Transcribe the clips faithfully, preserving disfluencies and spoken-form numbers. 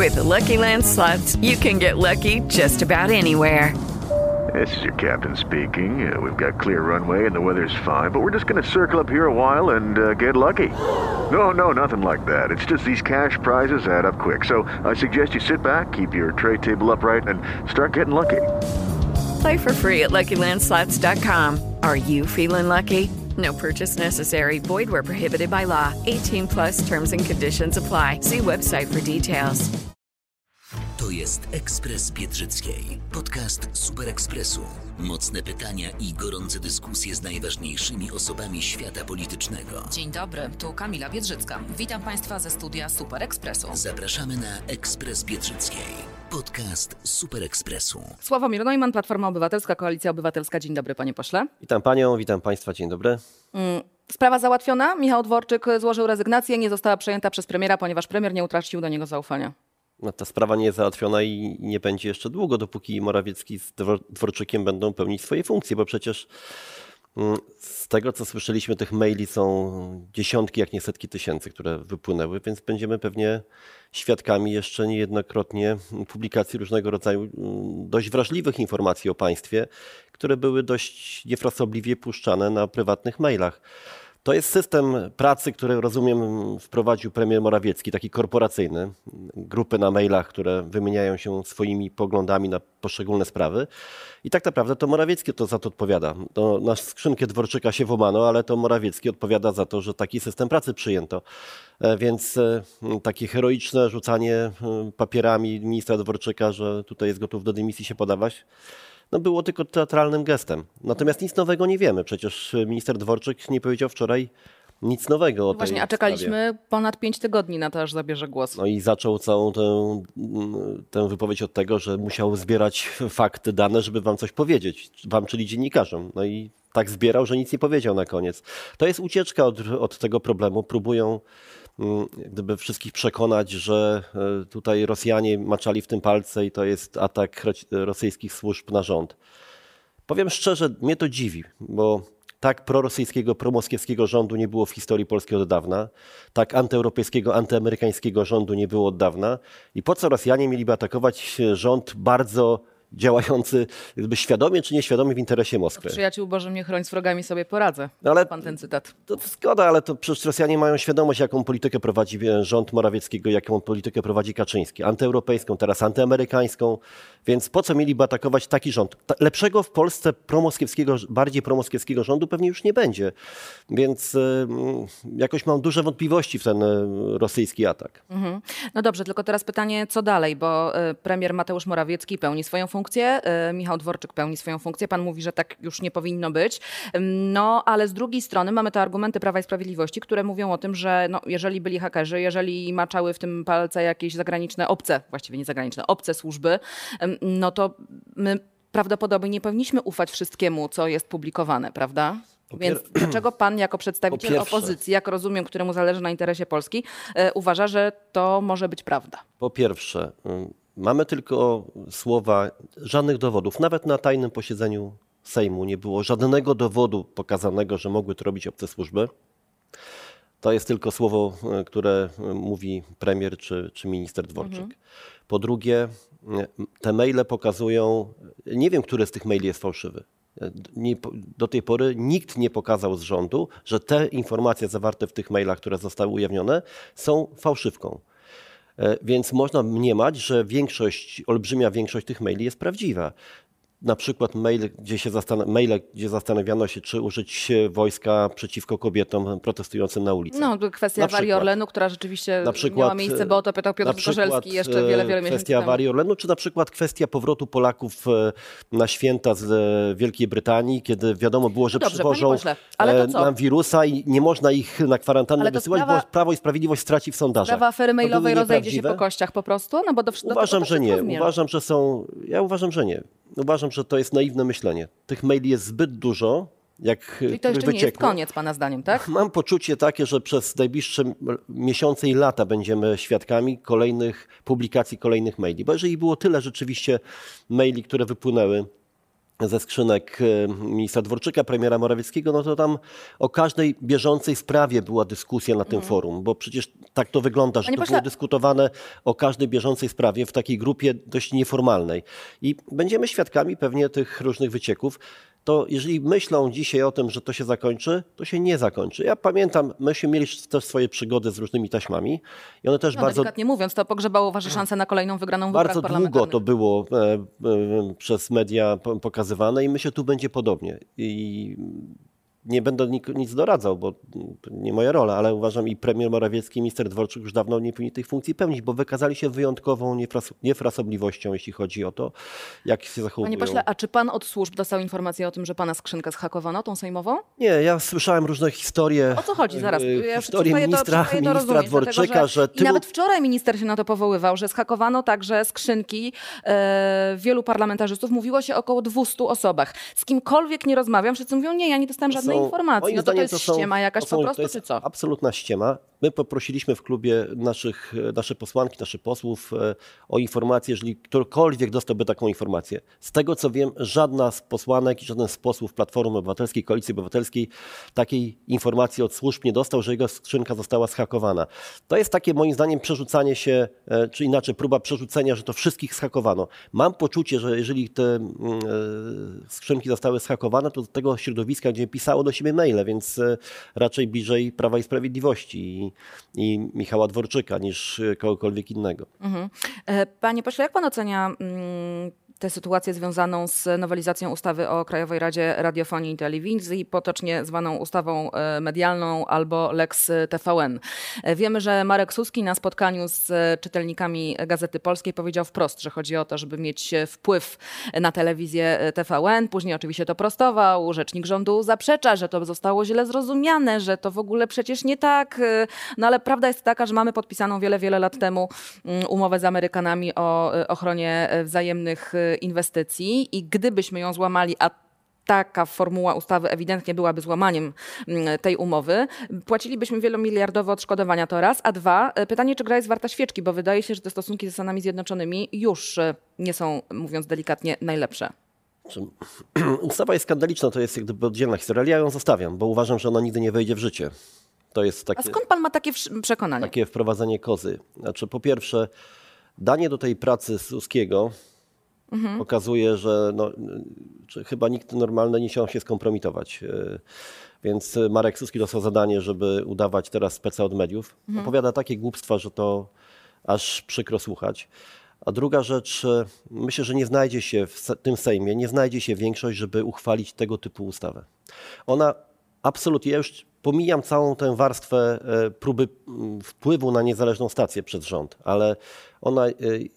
With Lucky Land Slots, you can get lucky just about anywhere. This is your captain speaking. Uh, we've got clear runway and the weather's fine, but we're just going to circle up here a while and uh, get lucky. No, no, nothing like that. It's just these cash prizes add up quick. So I suggest you sit back, keep your tray table upright, and start getting lucky. Play for free at Lucky Land Slots dot com. Are you feeling lucky? No purchase necessary. Void where prohibited by law. eighteen plus terms and conditions apply. See website for details. To jest Ekspres Biedrzyckiej, podcast Super Ekspresu. Mocne pytania i gorące dyskusje z najważniejszymi osobami świata politycznego. Dzień dobry, tu Kamila Biedrzycka. Witam Państwa ze studia Super Ekspresu. Zapraszamy na Ekspres Biedrzyckiej, podcast Super Ekspresu. Sławomir Neumann, Platforma Obywatelska, Koalicja Obywatelska. Dzień dobry, panie pośle. Witam panią, witam państwa, dzień dobry. Mm. Sprawa załatwiona. Michał Dworczyk złożył rezygnację, nie została przejęta przez premiera, ponieważ premier nie utracił do niego zaufania. No, ta sprawa nie jest załatwiona i nie będzie jeszcze długo, dopóki Morawiecki z Dworczykiem będą pełnić swoje funkcje, bo przecież z tego, co słyszeliśmy, tych maili są dziesiątki, jak nie setki tysięcy, które wypłynęły, więc będziemy pewnie świadkami jeszcze niejednokrotnie publikacji różnego rodzaju dość wrażliwych informacji o państwie, które były dość niefrasobliwie puszczane na prywatnych mailach. To jest system pracy, który, rozumiem, wprowadził premier Morawiecki, taki korporacyjny. Grupy na mailach, które wymieniają się swoimi poglądami na poszczególne sprawy. I tak naprawdę to Morawiecki to za to odpowiada. To na skrzynkę Dworczyka się włamano, ale to Morawiecki odpowiada za to, że taki system pracy przyjęto. Więc takie heroiczne rzucanie papierami ministra Dworczyka, że tutaj jest gotów do dymisji się podawać, no było tylko teatralnym gestem. Natomiast nic nowego nie wiemy. Przecież minister Dworczyk nie powiedział wczoraj nic nowego o tej Właśnie, a czekaliśmy sprawie. Ponad pięć tygodni na to, aż zabierze głos. No i zaczął całą tę, tę wypowiedź od tego, że musiał zbierać fakty, dane, żeby wam coś powiedzieć. Wam, czyli dziennikarzom. No i tak zbierał, że nic nie powiedział na koniec. To jest ucieczka od, od tego problemu. Próbują gdyby wszystkich przekonać, że tutaj Rosjanie maczali w tym palce i to jest atak rosyjskich służb na rząd. Powiem szczerze, mnie to dziwi, bo tak prorosyjskiego, promoskiewskiego rządu nie było w historii Polski od dawna, tak antyeuropejskiego, antyamerykańskiego rządu nie było od dawna. I po co Rosjanie mieliby atakować rząd bardzo działający jakby świadomie czy nieświadomie w interesie Moskwy? Przyjaciół Boże mnie chroń, z wrogami sobie poradzę. Ale pan ten cytat. To zgoda, ale to przecież Rosjanie mają świadomość, jaką politykę prowadzi rząd Morawieckiego, jaką politykę prowadzi Kaczyński. Antyeuropejską, teraz antyamerykańską. Więc po co mieliby atakować taki rząd? Lepszego w Polsce promoskiewskiego, bardziej promoskiewskiego rządu pewnie już nie będzie. Więc y, jakoś mam duże wątpliwości w ten rosyjski atak. Mhm. No dobrze, tylko teraz pytanie, co dalej? Bo y, premier Mateusz Morawiecki pełni swoją funkcję, y, Michał Dworczyk pełni swoją funkcję. Pan mówi, że tak już nie powinno być. No, ale z drugiej strony mamy te argumenty Prawa i Sprawiedliwości, które mówią o tym, że no, jeżeli byli hakerzy, jeżeli maczały w tym palce jakieś zagraniczne, obce, właściwie nie zagraniczne, obce służby, no to my prawdopodobnie nie powinniśmy ufać wszystkiemu, co jest publikowane, prawda? Więc dlaczego pan jako przedstawiciel opozycji, jak rozumiem, któremu zależy na interesie Polski, e, uważa, że to może być prawda? Po pierwsze, mamy tylko słowa, żadnych dowodów. Nawet na tajnym posiedzeniu Sejmu nie było żadnego dowodu pokazanego, że mogły to robić obce służby. To jest tylko słowo, które mówi premier czy, czy minister Dworczyk. Mhm. Po drugie, te maile pokazują, nie wiem, który z tych maili jest fałszywy. Nie, do tej pory nikt nie pokazał z rządu, że te informacje zawarte w tych mailach, które zostały ujawnione, są fałszywką. Więc można mniemać, że większość, olbrzymia większość tych maili jest prawdziwa. Na przykład mail, gdzie się zastan- maile, gdzie zastanawiano się, czy użyć wojska przeciwko kobietom protestującym na ulicy. No, kwestia awarii Orlenu, która rzeczywiście na przykład, miała miejsce, bo o to pytał Piotr Zgorzelski jeszcze wiele, wiele miesięcy temu. Kwestia awarii Orlenu, czy na przykład kwestia powrotu Polaków na święta z Wielkiej Brytanii, kiedy wiadomo było, że no dobrze, przywożą pośle, ale nam wirusa i nie można ich na kwarantannę wysyłać, sprawa, bo Prawo i Sprawiedliwość straci w sondażach. Sprawa afery mailowej rozejdzie się po kościach po prostu? No bo do, do uważam, do że nie. Uważam, że są... Ja uważam, że nie. Uważam, że to jest naiwne myślenie. Tych maili jest zbyt dużo. Jak Czyli to jeszcze nie jest koniec pana zdaniem, tak? Mam poczucie takie, że przez najbliższe miesiące i lata będziemy świadkami kolejnych publikacji, kolejnych maili. Bo jeżeli było tyle rzeczywiście maili, które wypłynęły ze skrzynek ministra Dworczyka, premiera Morawieckiego, no to tam o każdej bieżącej sprawie była dyskusja na tym mm. forum, bo przecież tak to wygląda, że Panie to pośle... było dyskutowane o każdej bieżącej sprawie w takiej grupie dość nieformalnej. I będziemy świadkami pewnie tych różnych wycieków. To jeżeli myślą dzisiaj o tym, że to się zakończy, to się nie zakończy. Ja pamiętam, myśmy mieli też swoje przygody z różnymi taśmami i one też no, bardzo... delikatnie mówiąc, to pogrzebało wasze szanse na kolejną wygraną w Bardzo długo to było e, e, przez media pokazywane i myślę, tu będzie podobnie. I nie będę nic doradzał, bo to nie moja rola, ale uważam i premier Morawiecki, i minister Dworczyk już dawno nie powinni tych funkcji pełnić, bo wykazali się wyjątkową niefras niefrasobliwością, jeśli chodzi o to, jak się zachowują. Panie pośle, a czy pan od służb dostał informację o tym, że pana skrzynkę zhakowano, tą sejmową? Nie, ja słyszałem różne historie. O co chodzi? Zaraz. Ja historie ministra, to, ministra rozumieć, Dworczyka, dlatego, że... że tylu... I nawet wczoraj minister się na to powoływał, że zhakowano także skrzynki e, wielu parlamentarzystów. Mówiło się o około dwustu osobach. Z kimkolwiek nie rozmawiam, wszyscy mówią, nie, ja nie dostałem żadnej informacji. No to, to jest to są, ściema jakaś to są, po prostu, to jest czy co? Absolutna ściema. My poprosiliśmy w klubie naszych, nasze posłanki, naszych posłów o informację, jeżeli ktokolwiek dostałby taką informację. Z tego co wiem, żadna z posłanek i żaden z posłów Platformy Obywatelskiej, Koalicji Obywatelskiej takiej informacji od służb nie dostał, że jego skrzynka została zhakowana. To jest takie moim zdaniem przerzucanie się, czy inaczej próba przerzucenia, że to wszystkich zhakowano. Mam poczucie, że jeżeli te skrzynki zostały zhakowane, to do tego środowiska, gdzie pisało do siebie maile, więc raczej bliżej Prawa i Sprawiedliwości i, i Michała Dworczyka niż kogokolwiek innego. Mhm. Panie pośle, jak pan ocenia mm, tę sytuację związaną z nowelizacją ustawy o Krajowej Radzie Radiofonii i Telewizji, potocznie zwaną ustawą medialną albo Lex T V N. Wiemy, że Marek Suski na spotkaniu z czytelnikami Gazety Polskiej powiedział wprost, że chodzi o to, żeby mieć wpływ na telewizję T V N. Później oczywiście to prostował. Rzecznik rządu zaprzecza, że to zostało źle zrozumiane, że to w ogóle przecież nie tak. No ale prawda jest taka, że mamy podpisaną wiele, wiele lat temu umowę z Amerykanami o ochronie wzajemnych inwestycji i gdybyśmy ją złamali, a taka formuła ustawy ewidentnie byłaby złamaniem tej umowy, płacilibyśmy wielomiliardowe odszkodowania, to raz, a dwa, pytanie, czy gra jest warta świeczki, bo wydaje się, że te stosunki ze Stanami Zjednoczonymi już nie są, mówiąc delikatnie, najlepsze. Ustawa jest skandaliczna, to jest jak gdyby oddzielna historia, ale ja ją zostawiam, bo uważam, że ona nigdy nie wejdzie w życie. To jest takie, a skąd pan ma takie przekonanie? Takie wprowadzenie kozy. Znaczy, po pierwsze, danie do tej pracy Suskiego Mhm. pokazuje, że, no, że chyba nikt normalny nie chciał się skompromitować. Więc Marek Suski dostał zadanie, żeby udawać teraz speca od mediów. Mhm. Opowiada takie głupstwa, że to aż przykro słuchać. A druga rzecz, myślę, że nie znajdzie się w tym Sejmie, nie znajdzie się większość, żeby uchwalić tego typu ustawę. Ona absolutnie, ja już pomijam całą tę warstwę próby wpływu na niezależną stację przez rząd, ale ona...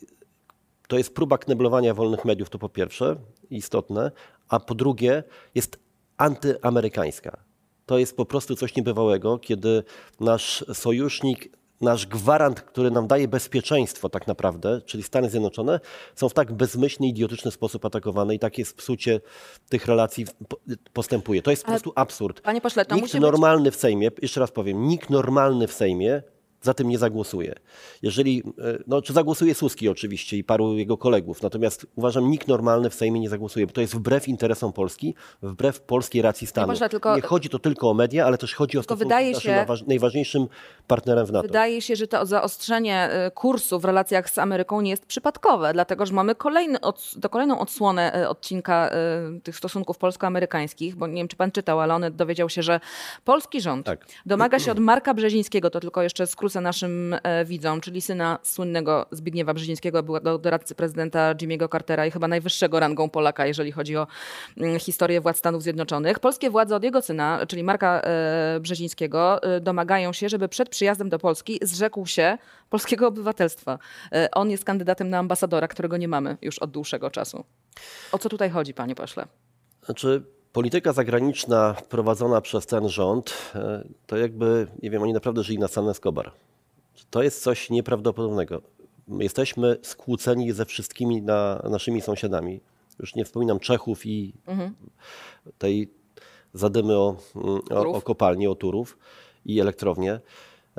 To jest próba kneblowania wolnych mediów, to po pierwsze, istotne, a po drugie jest antyamerykańska. To jest po prostu coś niebywałego, kiedy nasz sojusznik, nasz gwarant, który nam daje bezpieczeństwo tak naprawdę, czyli Stany Zjednoczone, są w tak bezmyślny, idiotyczny sposób atakowane i takie psucie tych relacji postępuje. To jest po prostu absurd. Panie pośle, to nikt musi normalny być... w Sejmie, jeszcze raz powiem, nikt normalny w Sejmie za tym nie zagłosuje. Jeżeli, no, czy zagłosuje Suski oczywiście i paru jego kolegów, natomiast uważam, nikt normalny w Sejmie nie zagłosuje, bo to jest wbrew interesom Polski, wbrew polskiej racji stanu. Nie, można, tylko, nie chodzi to tylko o media, ale też chodzi o stosunki z naszym się, najważniejszym partnerem w NATO. Wydaje się, że to zaostrzenie kursu w relacjach z Ameryką nie jest przypadkowe, dlatego że mamy kolejny, to kolejną odsłonę odcinka tych stosunków polsko-amerykańskich, bo nie wiem, czy pan czytał, ale on dowiedział się, że polski rząd tak. domaga się od Marka Brzezińskiego, to tylko jeszcze skrócę naszym e, widzom, czyli syna słynnego Zbigniewa Brzezińskiego, byłego doradcy prezydenta Jimmy'ego Cartera i chyba najwyższego rangą Polaka, jeżeli chodzi o m, historię władz Stanów Zjednoczonych. Polskie władze od jego syna, czyli Marka e, Brzezińskiego, e, domagają się, żeby przed przyjazdem do Polski zrzekł się polskiego obywatelstwa. E, on jest kandydatem na ambasadora, którego nie mamy już od dłuższego czasu. O co tutaj chodzi, panie pośle? Znaczy... Polityka zagraniczna prowadzona przez ten rząd, to jakby, nie wiem, oni naprawdę żyli na San Escobar. To jest coś nieprawdopodobnego. My jesteśmy skłóceni ze wszystkimi na, naszymi sąsiadami. Już nie wspominam Czechów i mhm. tej zadymy o, o, o kopalni, o Turów i elektrownię.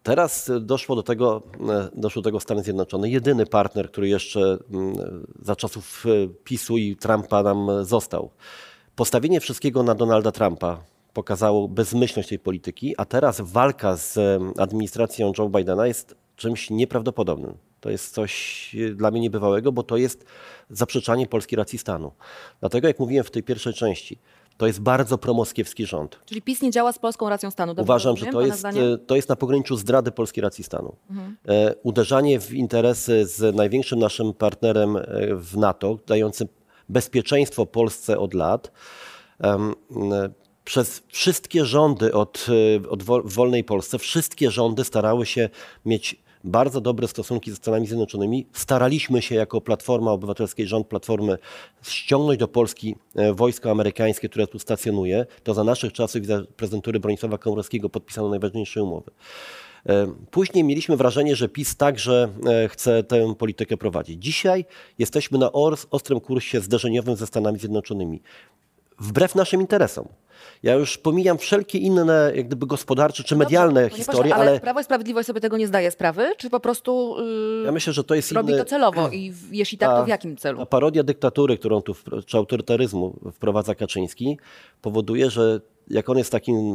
Teraz doszło do tego, doszło do tego Stany Zjednoczone. Jedyny partner, który jeszcze za czasów PiSu i Trumpa nam został. Postawienie wszystkiego na Donalda Trumpa pokazało bezmyślność tej polityki, a teraz walka z administracją Joe Bidena jest czymś nieprawdopodobnym. To jest coś dla mnie niebywałego, bo to jest zaprzeczanie polskiej racji stanu. Dlatego, jak mówiłem w tej pierwszej części, to jest bardzo promoskiewski rząd. Czyli PiS nie działa z polską racją stanu. Dobrze Uważam, rozumiem, że to jest, to jest na pograniczu zdrady polskiej racji stanu. Mhm. E, uderzanie w interesy z największym naszym partnerem w NATO, dającym bezpieczeństwo Polsce od lat, um, przez wszystkie rządy od, od w wolnej Polsce, wszystkie rządy starały się mieć bardzo dobre stosunki ze Stanami Zjednoczonymi. Staraliśmy się jako Platforma Obywatelskiej, rząd Platformy, ściągnąć do Polski wojsko amerykańskie, które tu stacjonuje. To za naszych czasów za prezydentury Bronisława Komorowskiego podpisano najważniejsze umowy. Później mieliśmy wrażenie, że PiS także chce tę politykę prowadzić. Dzisiaj jesteśmy na ostrym kursie zderzeniowym ze Stanami Zjednoczonymi. Wbrew naszym interesom. Ja już pomijam wszelkie inne, jak gdyby gospodarcze czy medialne Dobrze, historie, ale, ale ale Prawo i Sprawiedliwość sobie tego nie zdaje sprawy? Czy po prostu yy, ja myślę, że to jest robi inny, to celowo i w, jeśli tak, to w jakim celu? Ta parodia dyktatury, którą tu, czy autorytaryzmu wprowadza Kaczyński, powoduje, że jak on jest takim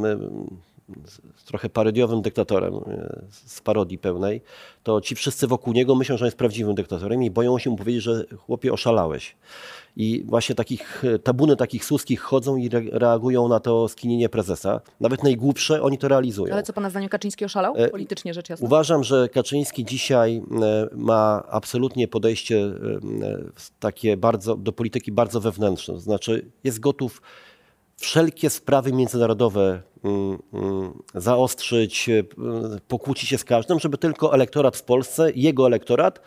trochę parodiowym dyktatorem z parodii pełnej, to ci wszyscy wokół niego myślą, że on jest prawdziwym dyktatorem i boją się mu powiedzieć, że chłopie, oszalałeś. I właśnie takich, tabuny takich słuskich chodzą i re, reagują na to skinienie prezesa. Nawet najgłupsze oni to realizują. Ale co pana zdaniem Kaczyński oszalał? Politycznie rzecz jasna. Uważam, że Kaczyński dzisiaj ma absolutnie podejście takie bardzo, do polityki bardzo wewnętrzne. To znaczy jest gotów wszelkie sprawy międzynarodowe mm, mm, zaostrzyć, pokłócić się z każdym, żeby tylko elektorat w Polsce, jego elektorat,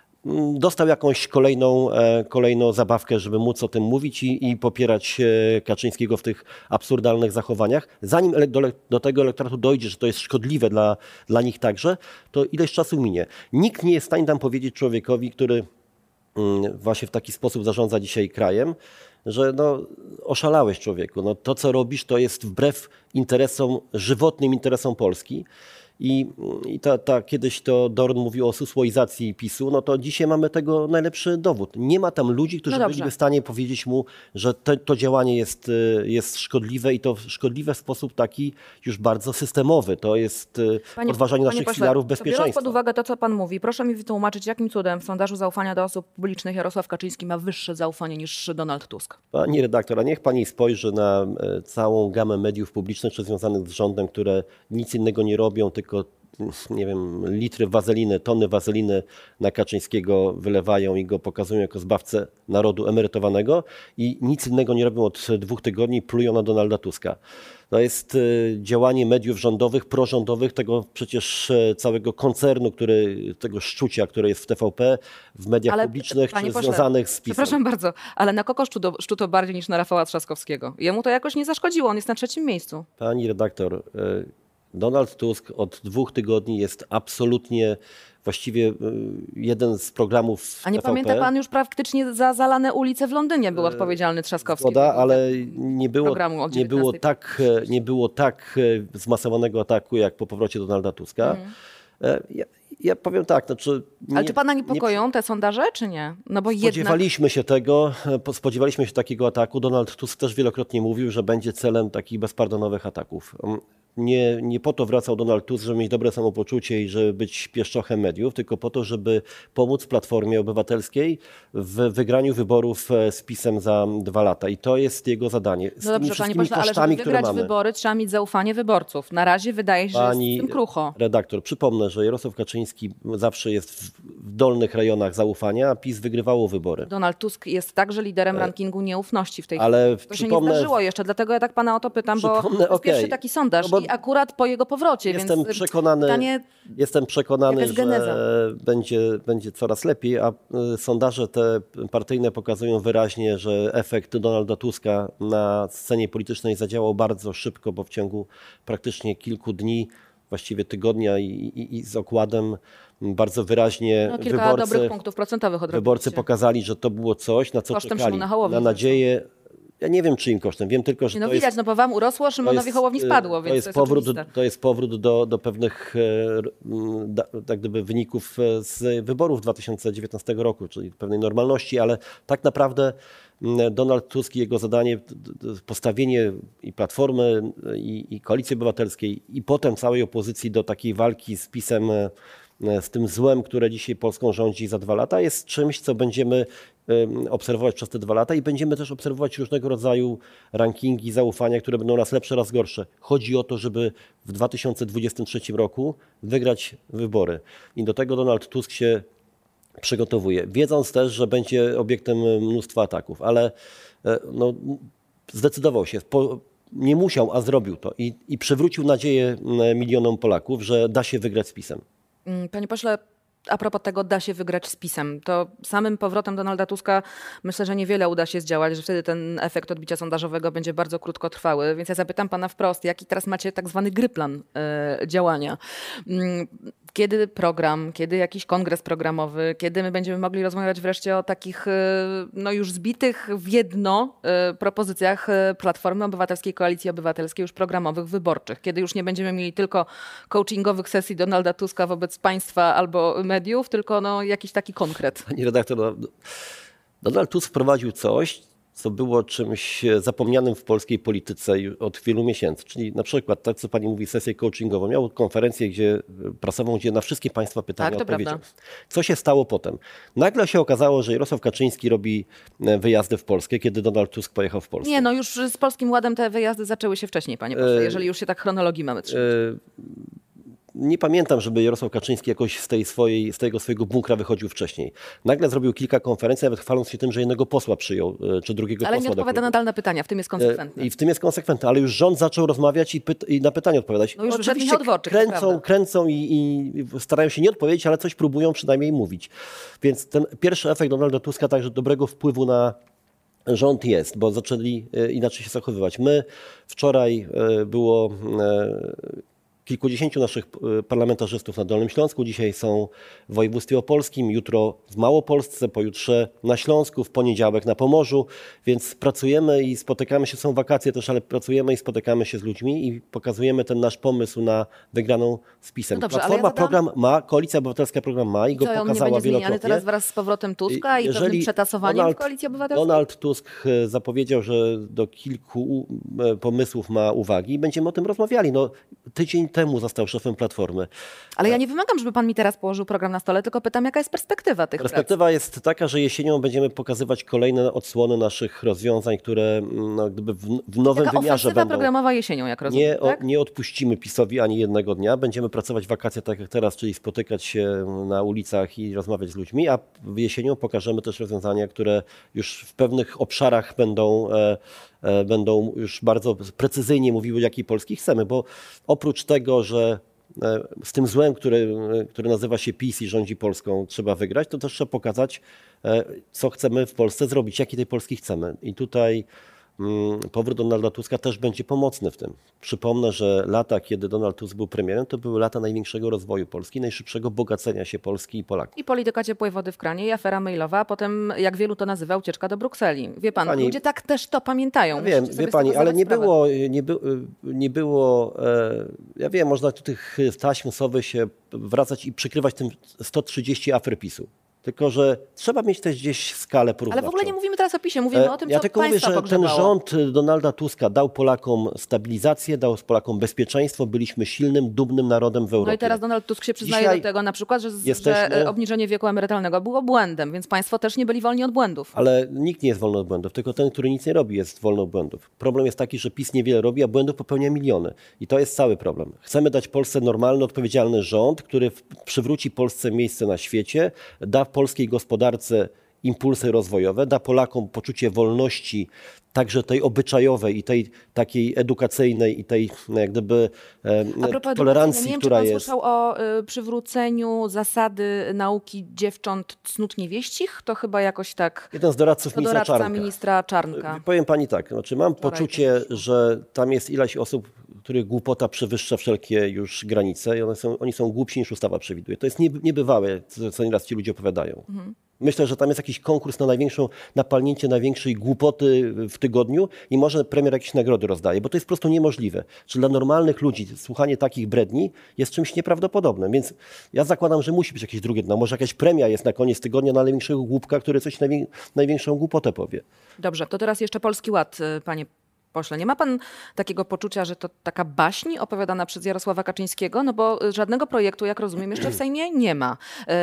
dostał jakąś kolejną, kolejną zabawkę, żeby móc o tym mówić i, i popierać Kaczyńskiego w tych absurdalnych zachowaniach. Zanim do, do tego elektoratu dojdzie, że to jest szkodliwe dla, dla nich także, to ileś czasu minie. Nikt nie jest w stanie tam powiedzieć człowiekowi, który właśnie w taki sposób zarządza dzisiaj krajem, że no, oszalałeś człowieku. No, to, co robisz, to jest wbrew interesom, żywotnym interesom Polski. I, i ta, ta, kiedyś to Dorn mówił o susłoizacji PiSu, no to dzisiaj mamy tego najlepszy dowód. Nie ma tam ludzi, którzy no byliby w stanie powiedzieć mu, że te, to działanie jest, jest szkodliwe i to szkodliwe w sposób taki już bardzo systemowy. To jest panie, podważanie panie naszych pośle, filarów bezpieczeństwa. Biorąc pod uwagę to, co pan mówi, proszę mi wytłumaczyć, jakim cudem w sondażu zaufania do osób publicznych Jarosław Kaczyński ma wyższe zaufanie niż Donald Tusk? Pani redaktor, a niech pani spojrzy na całą gamę mediów publicznych czy związanych z rządem, które nic innego nie robią, tylko tylko, nie wiem, litry wazeliny, tony wazeliny na Kaczyńskiego wylewają i go pokazują jako zbawcę narodu emerytowanego i nic innego nie robią od dwóch tygodni, plują na Donalda Tuska. To jest działanie mediów rządowych, prorządowych, tego przecież całego koncernu, który, tego szczucia, które jest w T V P, w mediach ale, publicznych, czy pośle, związanych z PiS-em. Przepraszam bardzo, ale na kogo szczuto, szczuto bardziej niż na Rafała Trzaskowskiego? Jemu to jakoś nie zaszkodziło, on jest na trzecim miejscu. Pani redaktor, Donald Tusk od dwóch tygodni jest absolutnie właściwie jeden z programów A nie T V P. Pamięta pan już praktycznie za zalane ulice w Londynie był odpowiedzialny Trzaskowski. Zgoda, ale nie było, nie, było tak, nie było tak zmasowanego ataku jak po powrocie Donalda Tuska. Mhm. Ja, ja powiem tak, znaczy... Nie, ale czy pana niepokoją nie, te sondaże, czy nie? No bo spodziewaliśmy jednak... się tego, spodziewaliśmy się takiego ataku. Donald Tusk też wielokrotnie mówił, że będzie celem takich bezpardonowych ataków. Nie, nie po to wracał Donald Tusk, żeby mieć dobre samopoczucie i żeby być pieszczochem mediów, tylko po to, żeby pomóc Platformie Obywatelskiej w wygraniu wyborów z PiS-em za dwa lata. I to jest jego zadanie. Z no dobrze, panie pośle, ale żeby wygrać wybory, trzeba mieć zaufanie wyborców. Na razie wydaje się, pani że jest z tym krucho. Redaktor, przypomnę, że Jarosław Kaczyński zawsze jest w, w dolnych rejonach zaufania, a PiS wygrywało wybory. Donald Tusk jest także liderem rankingu nieufności w tej ale chwili. To się nie zdarzyło jeszcze, dlatego ja tak pana o to pytam, bo to jest okay. pierwszy taki sondaż. No i akurat po jego powrocie, jestem więc przekonany, pytanie, jestem przekonany, że będzie, będzie coraz lepiej, a sondaże te partyjne pokazują wyraźnie, że efekt Donalda Tuska na scenie politycznej zadziałał bardzo szybko, bo w ciągu praktycznie kilku dni, właściwie tygodnia i, i, i z okładem bardzo wyraźnie no, kilka wyborcy, dobrych punktów procentowych wyborcy pokazali, że to było coś, na co Kosztem czekali. Szymona Hołowni Na nadzieję. Ja nie wiem, czyim kosztem. Wiem tylko, że No to widać, jest... no bo wam urosło, Szymonowi Hołowni spadło, więc to jest, to jest powrót, oczywiste. to jest powrót do, do pewnych e, da, tak gdyby wyników z wyborów dwa tysiące dziewiętnastego roku, czyli pewnej normalności, ale tak naprawdę Donald Tusk i jego zadanie, postawienie i Platformy, i, i Koalicji Obywatelskiej, i potem całej opozycji do takiej walki z PiS-em, z tym złem, które dzisiaj Polską rządzi za dwa lata, jest czymś, co będziemy obserwować przez te dwa lata i będziemy też obserwować różnego rodzaju rankingi zaufania, które będą raz lepsze, raz gorsze. Chodzi o to, żeby w dwa tysiące dwudziestym trzecim roku wygrać wybory. I do tego Donald Tusk się przygotowuje, wiedząc też, że będzie obiektem mnóstwa ataków, ale no, zdecydował się, po, nie musiał, a zrobił to i, i przywrócił nadzieję milionom Polaków, że da się wygrać z PiS-em. Panie pośle, a propos tego, da się wygrać z PiS-em, to samym powrotem Donalda Tuska myślę, że niewiele uda się zdziałać, że wtedy ten efekt odbicia sondażowego będzie bardzo krótkotrwały. Więc ja zapytam pana wprost, jaki teraz macie tak zwany gryplan y, działania? Kiedy program, kiedy jakiś kongres programowy, kiedy my będziemy mogli rozmawiać wreszcie o takich no już zbitych w jedno propozycjach Platformy Obywatelskiej, Koalicji Obywatelskiej, już programowych, wyborczych, kiedy już nie będziemy mieli tylko coachingowych sesji Donalda Tuska wobec państwa albo mediów, tylko no jakiś taki konkret. Pani redaktor, Donald Tusk wprowadził coś, co było czymś zapomnianym w polskiej polityce od wielu miesięcy. Czyli na przykład, tak co pani mówi, sesję coachingową. Miał konferencję gdzie, prasową, gdzie na wszystkie państwa pytania tak, odpowiedział. Prawda. Co się stało potem? Nagle się okazało, że Jarosław Kaczyński robi wyjazdy w Polskę, kiedy Donald Tusk pojechał w Polskę. Nie, no już z Polskim Ładem te wyjazdy zaczęły się wcześniej, panie pośle, jeżeli już się tak chronologii mamy trzymać. Nie pamiętam, żeby Jarosław Kaczyński jakoś z, tej swojej, z tego swojego bunkra wychodził wcześniej. Nagle zrobił kilka konferencji, nawet chwaląc się tym, że jednego posła przyjął, czy drugiego ale posła. nie odpowiada nadal na pytania, w tym jest konsekwentny. I w tym jest konsekwentny, ale już rząd zaczął rozmawiać i, pyt- i na pytania odpowiadać. No już oczywiście Michał Dworczyk, kręcą, kręcą i, i starają się nie odpowiedzieć, ale coś próbują przynajmniej mówić. Więc ten pierwszy efekt Donalda Tuska także dobrego wpływu na rząd jest, bo zaczęli inaczej się zachowywać. My wczoraj było kilkudziesięciu naszych parlamentarzystów na Dolnym Śląsku. Dzisiaj są w województwie opolskim, jutro w Małopolsce, pojutrze na Śląsku, w poniedziałek na Pomorzu, więc pracujemy i spotykamy się, są wakacje też, ale pracujemy i spotykamy się z ludźmi i pokazujemy ten nasz pomysł na wygraną z PiS-em. No dobrze, Platforma ale ja zadam... program ma, Koalicja Obywatelska program ma i, I go co, pokazała on nie wielokrotnie. teraz wraz z powrotem Tuska i Jeżeli pewnym przetasowaniem Donald, w Koalicji Obywatelskiej? Donald Tusk zapowiedział, że do kilku pomysłów ma uwagi i będziemy o tym rozmawiali. No, tydzień temu został szefem Platformy. Ale ja nie wymagam, żeby pan mi teraz położył program na stole, tylko pytam, jaka jest perspektywa tych Perspektywa prac? jest taka, że jesienią będziemy pokazywać kolejne odsłony naszych rozwiązań, które no, gdyby w, w nowym taka wymiarze ofensywa będą. programowa jesienią, jak rozumiem, Nie, tak? o, nie odpuścimy PiS-owi ani jednego dnia. Będziemy pracować w wakacje tak jak teraz, czyli spotykać się na ulicach i rozmawiać z ludźmi, a jesienią pokażemy też rozwiązania, które już w pewnych obszarach będą e, będą już bardzo precyzyjnie mówiły, jakiej Polski chcemy, bo oprócz tego, że z tym złem, który, który nazywa się PiS i rządzi Polską, trzeba wygrać, to też trzeba pokazać, co chcemy w Polsce zrobić, jakiej tej Polski chcemy. I tutaj powrót Donalda Tuska też będzie pomocny w tym. Przypomnę, że lata, kiedy Donald Tusk był premierem, to były lata największego rozwoju Polski, najszybszego bogacenia się Polski i Polaków. I polityka ciepłej wody w kranie, i afera mailowa, a potem, jak wielu to nazywa, ucieczka do Brukseli. Wie pan, Pani, ludzie tak też to pamiętają. Ja wiem, wie pani, ale nie sprawę. było, nie, by, nie było, e, ja wiem, można do tych taśm sowych się wracać i przykrywać tym sto trzydzieści afer PiS-u. Tylko że trzeba mieć też gdzieś skalę porównawczą. Ale w ogóle nie mówimy teraz o PiSie, mówimy o tym, ja co tylko mówię, państwa że pogrzebało. ten rząd Donalda Tuska dał Polakom stabilizację, dał Polakom bezpieczeństwo, byliśmy silnym, dumnym narodem w Europie. No i teraz Donald Tusk się przyznaje Dzisiaj do tego na przykład, że, jesteśmy... że obniżenie wieku emerytalnego było błędem, więc państwo też nie byli wolni od błędów. Ale nikt nie jest wolny od błędów, tylko ten, który nic nie robi, jest wolny od błędów. Problem jest taki, że PiS niewiele robi, a błędów popełnia miliony. I to jest cały problem. Chcemy dać Polsce normalny, odpowiedzialny rząd, który przywróci Polsce miejsce na świecie, da polskiej gospodarce impulsy rozwojowe, da Polakom poczucie wolności, także tej obyczajowej i tej takiej edukacyjnej i tej jak gdyby A propos tolerancji, nie wiem, która czy pan jest. słyszał o y, przywróceniu zasady nauki dziewcząt cnót niewieścich? To chyba jakoś tak... Jeden z doradców To ministra doradca Czarnka. ministra Czarnka. Powiem pani tak, znaczy mam Wczoraj poczucie, to że tam jest ileś osób, których głupota przewyższa wszelkie już granice i one są, oni są głupsi niż ustawa przewiduje. To jest niebywałe, co nieraz ci ludzie opowiadają. Mhm. Myślę, że tam jest jakiś konkurs na największą, na palnięcie największej głupoty w tygodniu i może premier jakieś nagrody rozdaje, bo to jest po prostu niemożliwe. Czy dla normalnych ludzi słuchanie takich bredni jest czymś nieprawdopodobnym, więc ja zakładam, że musi być jakieś drugie dno. Może jakaś premia jest na koniec tygodnia na największego głupka, który coś najwię- największą głupotę powie. Dobrze, to teraz jeszcze Polski Ład, panie pośle. Nie ma pan takiego poczucia, że to taka baśń opowiadana przez Jarosława Kaczyńskiego? No bo żadnego projektu, jak rozumiem, jeszcze w Sejmie nie ma.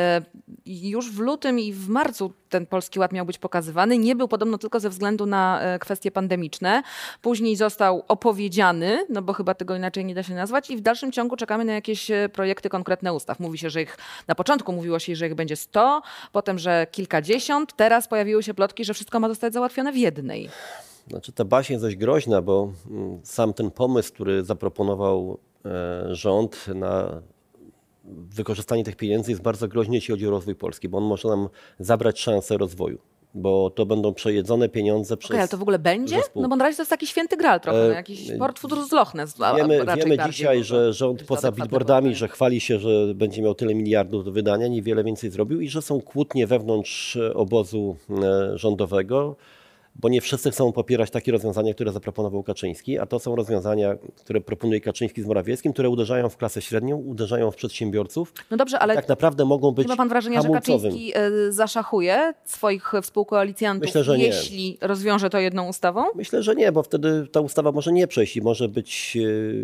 Już w lutym i w marcu ten Polski Ład miał być pokazywany. Nie był podobno tylko ze względu na kwestie pandemiczne. Później został opowiedziany, no bo chyba tego inaczej nie da się nazwać i w dalszym ciągu czekamy na jakieś projekty konkretne ustaw. Mówi się, że ich, na początku mówiło się, że ich będzie sto, potem, że kilkadziesiąt. Teraz pojawiły się plotki, że wszystko ma zostać załatwione w jednej. Znaczy ta baśń jest dość groźna, bo sam ten pomysł, który zaproponował rząd na wykorzystanie tych pieniędzy jest bardzo groźny, jeśli chodzi o rozwój Polski, bo on może nam zabrać szansę rozwoju, bo to będą przejedzone pieniądze przez... Okej, ale to w ogóle będzie? zespół. No bo na razie to jest taki święty gral trochę, no, jakiś portfór z Loch Ness. Wiemy, raczej wiemy bardziej, dzisiaj, bo- że rząd jest poza adekwatne billboardami, porównanie. że chwali się, że będzie miał tyle miliardów do wydania, niewiele więcej zrobił i że są kłótnie wewnątrz obozu e, rządowego, bo nie wszyscy chcą popierać takie rozwiązania, które zaproponował Kaczyński, a to są rozwiązania, które proponuje Kaczyński z Morawieckim, które uderzają w klasę średnią, uderzają w przedsiębiorców. No dobrze, ale Tak naprawdę mogą być nie ma pan wrażenia, że hamulcowym. Kaczyński y, zaszachuje swoich współkoalicjantów, Myślę, że nie. jeśli rozwiąże to jedną ustawą? Myślę, że nie, bo wtedy ta ustawa może nie przejść i może być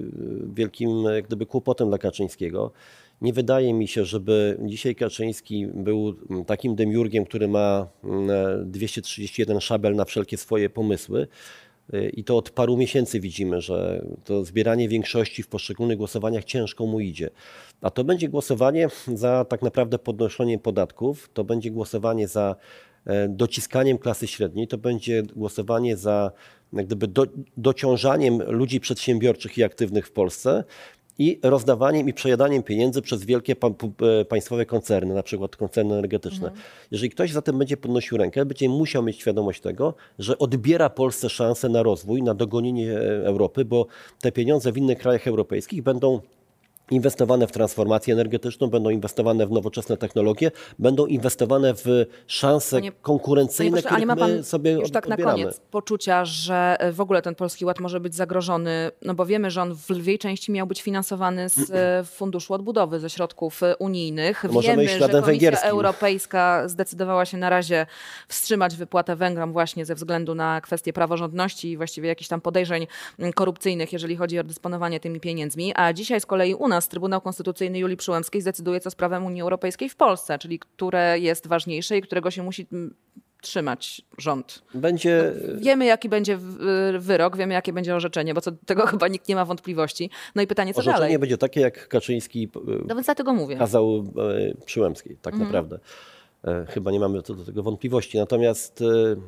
e, wielkim jak gdyby kłopotem dla Kaczyńskiego. Nie wydaje mi się, żeby dzisiaj Kaczyński był takim demiurgiem, który ma mm, dwieście trzydzieści jeden szabel na wszelkie swoje pomysły. E, I to od paru miesięcy widzimy, że to zbieranie większości w poszczególnych głosowaniach ciężko mu idzie. A to będzie głosowanie za tak naprawdę podnoszeniem podatków, to będzie głosowanie za e, dociskaniem klasy średniej, to będzie głosowanie za jak gdyby do, dociążaniem ludzi przedsiębiorczych i aktywnych w Polsce i rozdawaniem i przejadaniem pieniędzy przez wielkie pa, pu- e, państwowe koncerny, na przykład koncerny energetyczne. Jeżeli ktoś za tym będzie podnosił rękę, będzie musiał mieć świadomość tego, że odbiera Polsce szansę na rozwój, na dogonienie e, Europy, bo te pieniądze w innych krajach europejskich będą inwestowane w transformację energetyczną, będą inwestowane w nowoczesne technologie, będą inwestowane w szanse Panie- konkurencyjne, Panie pośle, a nie których ma my pan sobie już tak na odbieramy. koniec poczucia, że w ogóle ten Polski Ład może być zagrożony, no bo wiemy, że on w lwiej części miał być finansowany z e, Funduszu Odbudowy, ze środków e, unijnych. To możemy Wiemy, iść że śladem Komisja węgierskim. Europejska zdecydowała się na razie wstrzymać wypłatę Węgrom właśnie ze względu na kwestie praworządności i właściwie jakichś tam podejrzeń m, korupcyjnych, jeżeli chodzi o dysponowanie tymi pieniędzmi. A dzisiaj z kolei u nas Trybunał Konstytucyjny Julii Przyłębskiej zdecyduje, co z prawem Unii Europejskiej w Polsce, czyli które jest ważniejsze i którego się musi m, trzymać rząd. Będzie... Wiemy, jaki będzie w- wyrok, wiemy, jakie będzie orzeczenie, bo co do tego chyba nikt nie ma wątpliwości. No i pytanie, co Orzeczenie dalej? będzie takie, jak Kaczyński e, No więc dlatego mówię. kazał e, Przyłębskiej, tak Mhm. naprawdę. E, Chyba nie mamy co do tego wątpliwości. Natomiast e,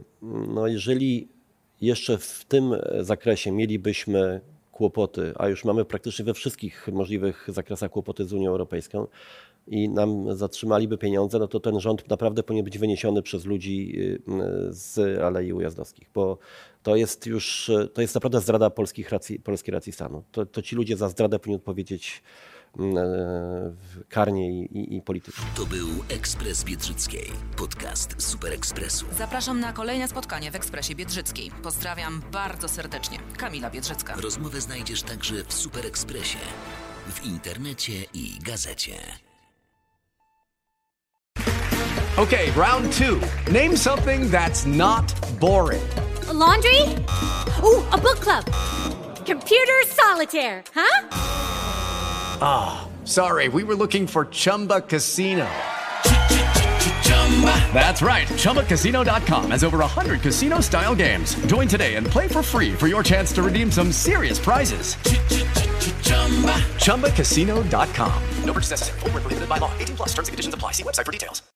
no, jeżeli jeszcze w tym zakresie mielibyśmy kłopoty, a już mamy praktycznie we wszystkich możliwych zakresach kłopoty z Unią Europejską i nam zatrzymaliby pieniądze, no to ten rząd naprawdę powinien być wyniesiony przez ludzi y, z Alei Ujazdowskich, bo to jest już, to jest naprawdę zdrada polskich racji, polskiej racji stanu. To, to ci ludzie za zdradę powinni odpowiedzieć e, karnie i, i, i politycznie. To był Ekspres Biedrzyckiej, podcast Super Ekspresu. Zapraszam na kolejne spotkanie w Ekspresie Biedrzyckiej. Pozdrawiam bardzo serdecznie. Kamila Biedrzycka. Rozmowę znajdziesz także w Super Ekspresie, w internecie i gazecie. Okay, round two. Name something that's not boring. A laundry? Ooh, a book club. Computer solitaire, huh? Sorry, we were looking for Chumba Casino. That's right. Chumba Casino dot com has over one hundred casino-style games. Join today and play for free for your chance to redeem some serious prizes. Chumba Casino dot com. No purchase necessary. Void where prohibited by law. eighteen plus terms and conditions apply. See website for details.